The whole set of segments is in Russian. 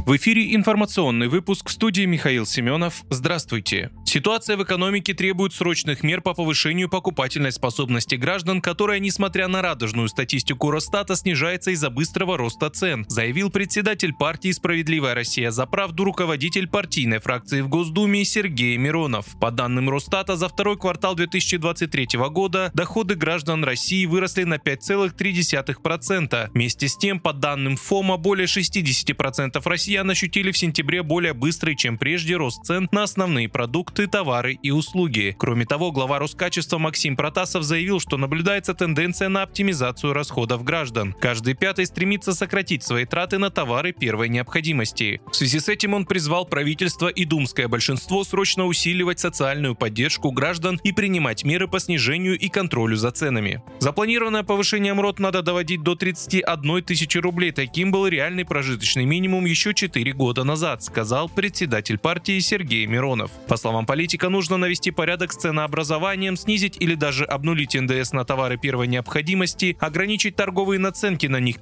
В эфире информационный выпуск, в студии Михаил Семенов. Здравствуйте. Ситуация в экономике требует срочных мер по повышению покупательной способности граждан, которая, несмотря на радужную статистику Росстата, снижается из-за быстрого роста цен, заявил председатель партии «Справедливая Россия за правду», руководитель партийной фракции в Госдуме Сергей Миронов. По данным Росстата, за второй квартал 2023 года доходы граждан России выросли на 5,3%. Вместе с тем, по данным ФОМа, более 60% россиян ощутили в сентябре более быстрый, чем прежде, рост цен на основные продукты, товары и услуги. Кроме того, глава Роскачества Максим Протасов заявил, что наблюдается тенденция на оптимизацию расходов граждан. Каждый пятый стремится сократить свои траты на товары первой необходимости. В связи с этим он призвал правительство и думское большинство срочно усиливать социальную поддержку граждан и принимать меры по снижению и контролю за ценами. Запланированное повышение МРОТ надо доводить до 31 тысячи рублей. Таким был реальный прожиточный минимум еще 4 года назад, сказал председатель партии Сергей Миронов. По словам политика, нужно навести порядок с ценообразованием, снизить или даже обнулить НДС на товары первой необходимости, ограничить торговые наценки на них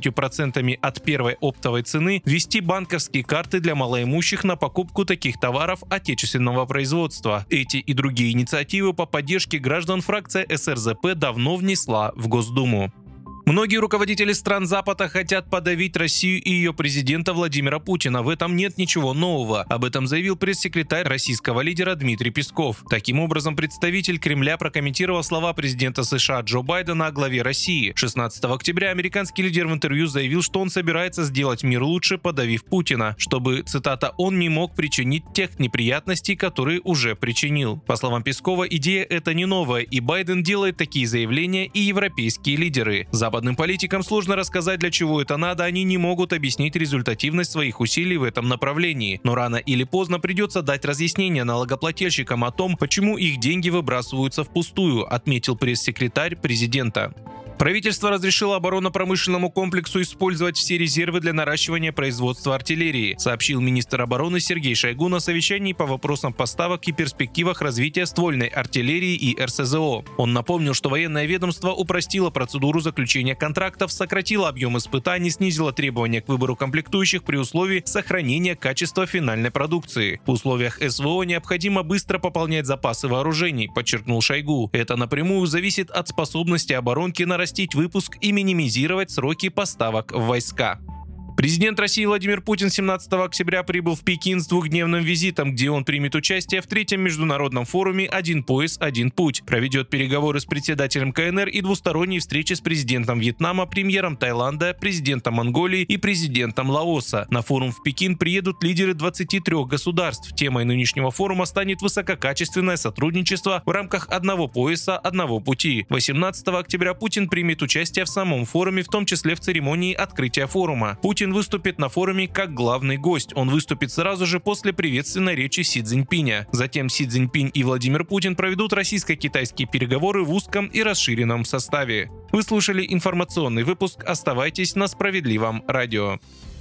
15% от первой оптовой цены, ввести банковские карты для малоимущих на покупку таких товаров отечественного производства. Эти и другие инициативы по поддержке граждан фракция СРЗП давно внесла в Госдуму. Многие руководители стран Запада хотят подавить Россию и ее президента Владимира Путина. В этом нет ничего нового. Об этом заявил пресс-секретарь российского лидера Дмитрий Песков. Таким образом, представитель Кремля прокомментировал слова президента США Джо Байдена о главе России. 16 октября американский лидер в интервью заявил, что он собирается сделать мир лучше, подавив Путина, чтобы, цитата, «он не мог причинить тех неприятностей, которые уже причинил». По словам Пескова, идея эта не новая, и Байден делает такие заявления, и европейские лидеры. Западным политикам сложно рассказать, для чего это надо, они не могут объяснить результативность своих усилий в этом направлении. Но рано или поздно придется дать разъяснение налогоплательщикам о том, почему их деньги выбрасываются впустую, отметил пресс-секретарь президента. Правительство разрешило оборонно-промышленному комплексу использовать все резервы для наращивания производства артиллерии, сообщил министр обороны Сергей Шойгу на совещании по вопросам поставок и перспективах развития ствольной артиллерии и РСЗО. Он напомнил, что военное ведомство упростило процедуру заключения контрактов, сократило объем испытаний, снизило требования к выбору комплектующих при условии сохранения качества финальной продукции. В условиях СВО необходимо быстро пополнять запасы вооружений, подчеркнул Шойгу. Это напрямую зависит от способности оборонки нарастить выпуск и минимизировать сроки поставок в войска. Президент России Владимир Путин 17 октября прибыл в Пекин с двухдневным визитом, где он примет участие в третьем международном форуме «Один пояс, один путь», проведет переговоры с председателем КНР и двусторонние встречи с президентом Вьетнама, премьером Таиланда, президентом Монголии и президентом Лаоса. На форум в Пекин приедут лидеры 23 государств. Темой нынешнего форума станет высококачественное сотрудничество в рамках одного пояса, одного пути. 18 октября Путин примет участие в самом форуме, в том числе в церемонии открытия форума. Путин выступит на форуме как главный гость. Он выступит сразу же после приветственной речи Си Цзиньпиня. Затем Си Цзиньпинь и Владимир Путин проведут российско-китайские переговоры в узком и расширенном составе. Вы слушали информационный выпуск. Оставайтесь на Справедливом радио.